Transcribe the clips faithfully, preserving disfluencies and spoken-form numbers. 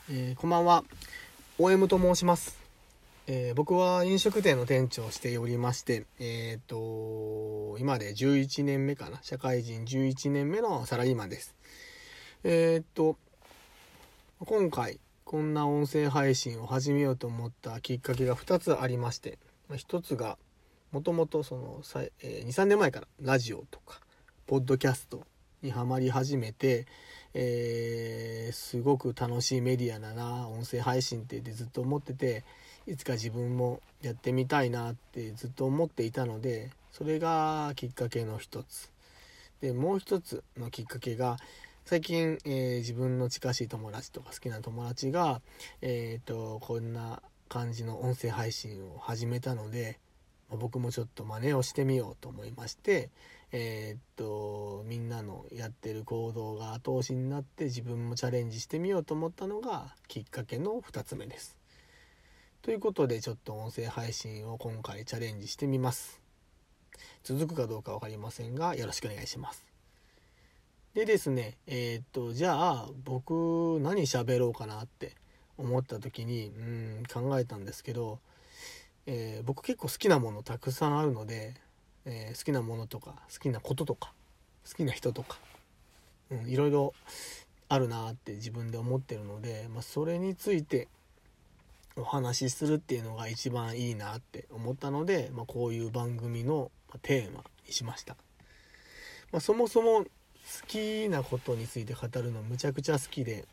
えー、こんばんは。 オーエム と申します。えー、僕は飲食店の店長をしておりまして、えー、と今でじゅういちねんめかな。社会人じゅういちねんめのサラリーマンです。えー、っと今回こんな音声配信を始めようと思ったきっかけがふたつありまして、ひとつがもともとその、えー、にさんねんまえからラジオとかポッドキャストにハマり始めて、えー、すごく楽しいメディアだな音声配信ってずっと思ってて、いつか自分もやってみたいなってずっと思っていたので、それがきっかけの一つで、もう一つのきっかけが最近、えー、自分の近しい友達とか好きな友達が、えー、とこんな感じの音声配信を始めたので、僕もちょっと真似をしてみようと思いまして、えー、っとみんなのやってる行動が後押しになって自分もチャレンジしてみようと思ったのがきっかけのふたつめです。ということで、ちょっと音声配信を今回チャレンジしてみます。続くかどうか分かりませんが、よろしくお願いします。でですね、えー、っとじゃあ僕何喋ろうかなって思った時にうん考えたんですけど、えー、僕結構好きなものたくさんあるので、えー、好きなものとか好きなこととか好きな人とか、うん、いろいろあるなって自分で思ってるので、まあ、それについてお話しするっていうのが一番いいなって思ったので、まあ、こういう番組のテーマにしました。まあ、そもそも好きなことについて語るのむちゃくちゃ好きで、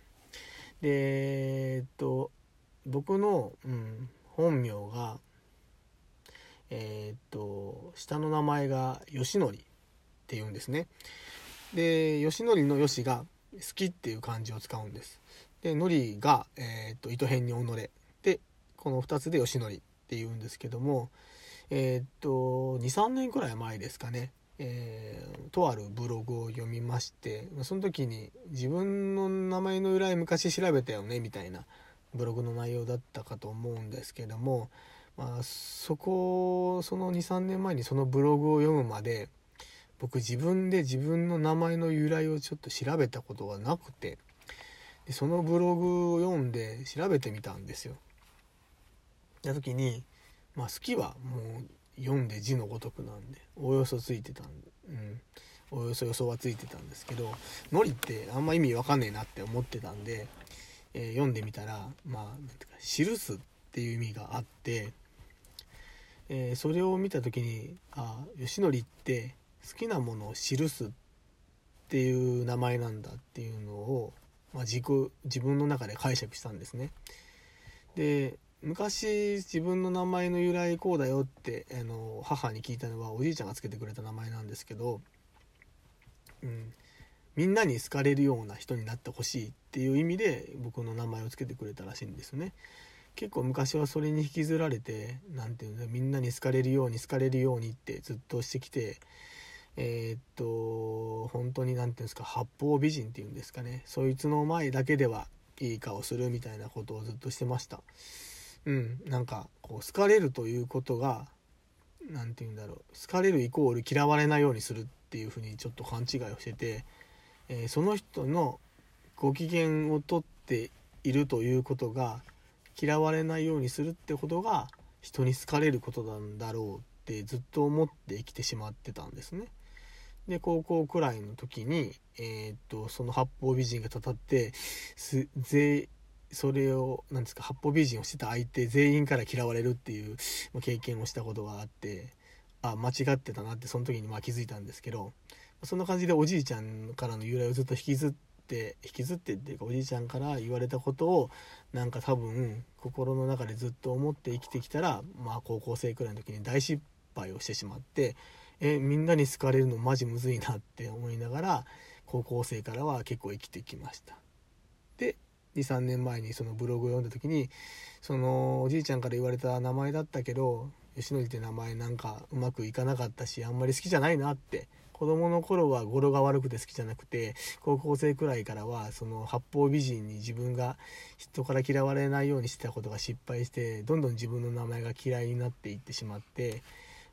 でえー、っと僕の、うん、本名がえー、っと下の名前が吉典っていうんですね。で吉典の吉が好きっていう漢字を使うんです。で典が、えー、っと糸辺に己で、このふたつで吉典っていうんですけども、えー、っとにさんねんくらい前ですかね、えー、とあるブログを読みまして、その時に自分の名前の由来昔調べたよねみたいなブログの内容だったかと思うんですけども、まあ、そこそのにさんねんまえにそのブログを読むまで僕自分で自分の名前の由来をちょっと調べたことがなくて、でそのブログを読んで調べてみたんですよ。た時に、まあ、好きはもう読んで字のごとくなんでおおよそついてたん、うん、おおよそ予想はついてたんですけど、のりってあんま意味わかんねえなって思ってたんで、えー、読んでみたら、まあなんていうか記すっていう意味があって、えー、それを見た時に、あ吉典って好きなものを記すっていう名前なんだっていうのを、まあ、自己自分の中で解釈したんですね。で昔自分の名前の由来こうだよってあの母に聞いたのはおじいちゃんがつけてくれた名前なんですけど、うん、みんなに好かれるような人になってほしいっていう意味で僕の名前をつけてくれたらしいんですね。結構昔はそれに引きずられて、なんていうの、みんなに好かれるように好かれるようにってずっとしてきて、えー、っと本当になんていうんですか、八方美人っていうんですかね、そいつの前だけではいい顔するみたいなことをずっとしてました。うん、なんかこう好かれるということが、なんていうんだろう、好かれるイコール嫌われないようにするっていうふうにちょっと勘違いをしてて、えー、その人のご機嫌をとっているということが嫌われないようにするってことが人に好かれることなんだろうってずっと思って生きてしまってたんですね。で高校くらいの時に、えー、っとその八方美人がたたってすぜそれをなんですか、八方美人をしてた相手全員から嫌われるっていう経験をしたことがあって、あ間違ってたなってその時にまあ気づいたんですけど、そんな感じでおじいちゃんからの由来をずっと引きずって引きずってっていうか、おじいちゃんから言われたことをなんか多分心の中でずっと思って生きてきたら、まあ高校生くらいの時に大失敗をしてしまって、えみんなに好かれるのマジむずいなって思いながら高校生からは結構生きてきました。でにさんねんまえにそのブログを読んだ時に、そのおじいちゃんから言われた名前だったけど吉典って名前なんかうまくいかなかったしあんまり好きじゃないなって、子供の頃は語呂が悪くて好きじゃなくて、高校生くらいからはその八方美人に自分が人から嫌われないようにしてたことが失敗して、どんどん自分の名前が嫌いになっていってしまって、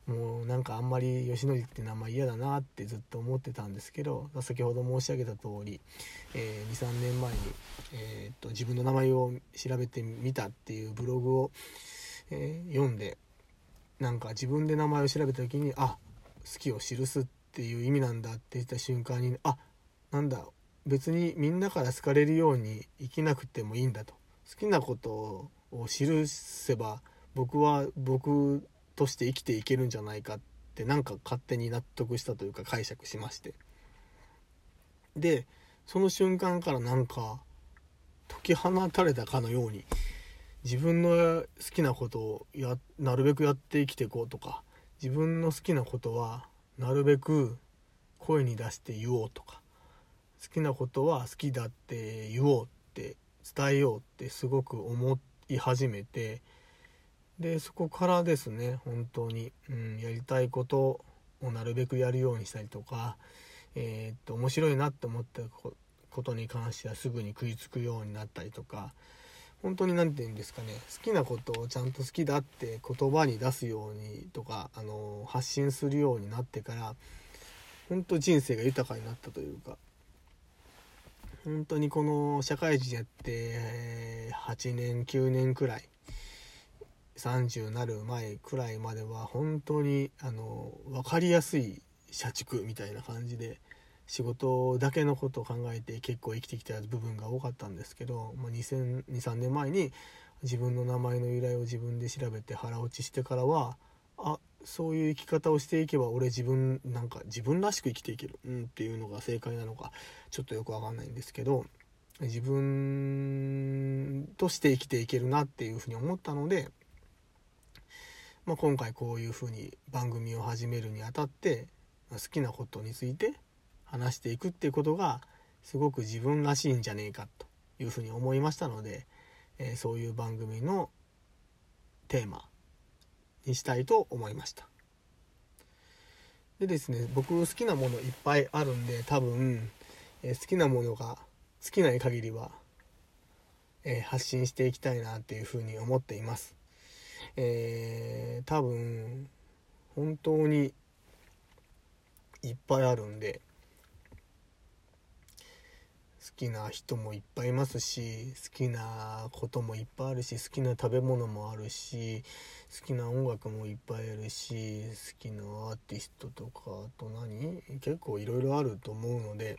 もうなんかあんまり吉典って名前嫌だなってずっと思ってたんですけど、先ほど申し上げた通り、えー、にさんねんまえに、えー、っと自分の名前を調べてみたっていうブログを、えー、読んで、なんか自分で名前を調べた時に、あ、好きを記すっていう意味なんだって言った瞬間に、あ、なんだ、別にみんなから好かれるように生きなくてもいいんだと、好きなことを記せば僕は僕として生きていけるんじゃないかって、なんか勝手に納得したというか解釈しまして、でその瞬間からなんか解き放たれたかのように、自分の好きなことをやなるべくやって生きていこうとか、自分の好きなことはなるべく声に出して言おうとか、好きなことは好きだって言おうって伝えようってすごく思い始めて、でそこからですね、本当に、うん、やりたいことをなるべくやるようにしたりとか、えー、っと面白いなって思ったことに関してはすぐに食いつくようになったりとか、本当に何て言うんですかね、好きなことをちゃんと好きだって言葉に出すようにとか、あの発信するようになってから、本当人生が豊かになったというか、本当にこの社会人やってはちねんきゅうねんくらい、さんじゅうなる前くらいまでは本当にあの分かりやすい社畜みたいな感じで、仕事だけのことを考えて結構生きてきた部分が多かったんですけど、まあ、にせんに、さんねんまえに自分の名前の由来を自分で調べて腹落ちしてからは、あ、そういう生き方をしていけば俺自分なんか自分らしく生きていける、うんっていうのが正解なのかちょっとよくわかんないんですけど、自分として生きていけるなっていうふうに思ったので、まあ、今回こういうふうに番組を始めるにあたって、好きなことについて話していくっていうことがすごく自分らしいんじゃねえかというふうに思いましたので、えー、そういう番組のテーマにしたいと思いました。でですね、僕好きなものいっぱいあるんで、多分、えー、好きなものが尽きない限りは、えー、発信していきたいなっていうふうに思っています。えー、多分本当にいっぱいあるんで、好きな人もいっぱいいますし、好きなこともいっぱいあるし、好きな食べ物もあるし、好きな音楽もいっぱいあるし、好きなアーティストとか、あと何結構いろいろあると思うので、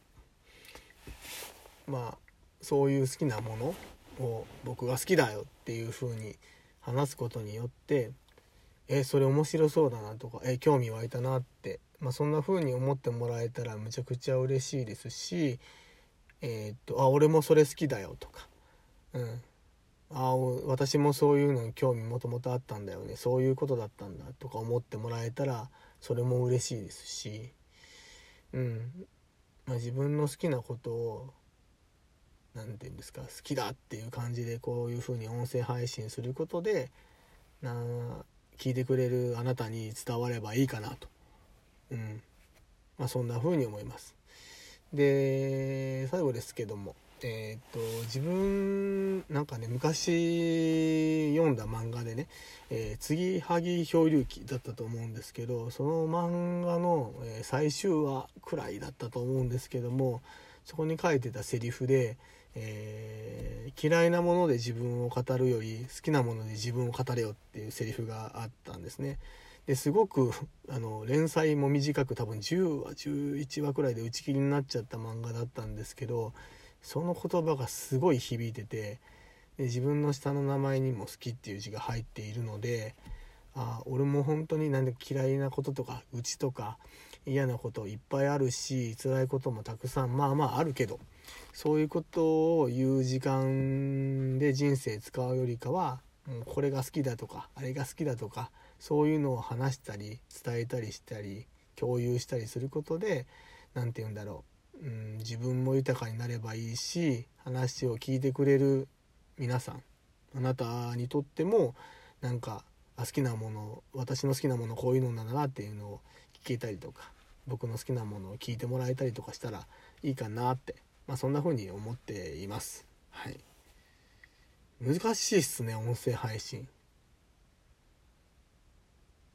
まあそういう好きなものを僕が好きだよっていう風に話すことによって、えそれ面白そうだなとか、え興味湧いたなって、まあ、そんな風に思ってもらえたらむちゃくちゃ嬉しいですし、えー、っとあ俺もそれ好きだよとか、うん、あ私もそういうのに興味もともとあったんだよね、そういうことだったんだとか思ってもらえたらそれも嬉しいですし、うんまあ、自分の好きなことを何て言うんですか、好きだっていう感じでこういう風に音声配信することでな聞いてくれるあなたに伝わればいいかなと、うんまあ、そんな風に思います。で最後ですけども、えー、っと自分なんかね、昔読んだ漫画でね、えー、継ぎはぎ漂流記だったと思うんですけど、その漫画の、えー、最終話くらいだったと思うんですけども、そこに書いてたセリフで、えー、嫌いなもので自分を語るより好きなもので自分を語れよっていうセリフがあったんですね。ですごくあの連載も短く、多分じゅうわじゅういちわくらいで打ち切りになっちゃった漫画だったんですけど、その言葉がすごい響いてて、で自分の下の名前にも好きっていう字が入っているので、あ俺も本当になんで嫌いなこととかうちとか嫌なこといっぱいあるし、辛いこともたくさんまあまああるけど、そういうことを言う時間で人生使うよりかは、もうこれが好きだとかあれが好きだとか、そういうのを話したり伝えたりしたり共有したりすることで、何て言うんだろう、うん、自分も豊かになればいいし、話を聞いてくれる皆さん、あなたにとってもなんか好きなもの、私の好きなものこういうのなんだなっていうのを聞けたりとか、僕の好きなものを聞いてもらえたりとかしたらいいかなって、まあ、そんな風に思っています。はい、難しいっすね、音声配信。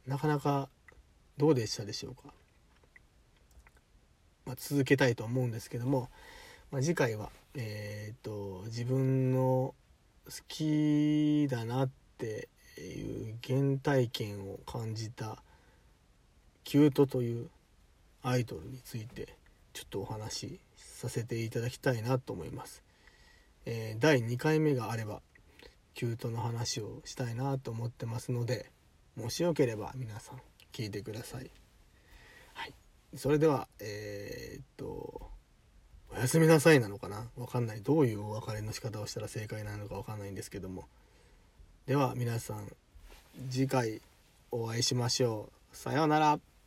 なかなかどうでしたでしょうか。まあ、続けたいと思うんですけども、まあ、次回は、えー、と自分の好きだなっていう原体験を感じたキュートというアイドルについてちょっとお話しさせていただきたいなと思います。えー、だいにかいめがあればキュートの話をしたいなと思ってますので、もしよければ皆さん聞いてください。はい、それではえー、っとおやすみなさいなのかな、わかんない、どういうお別れの仕方をしたら正解なのかわかんないんですけども、では皆さん次回お会いしましょう。さようなら。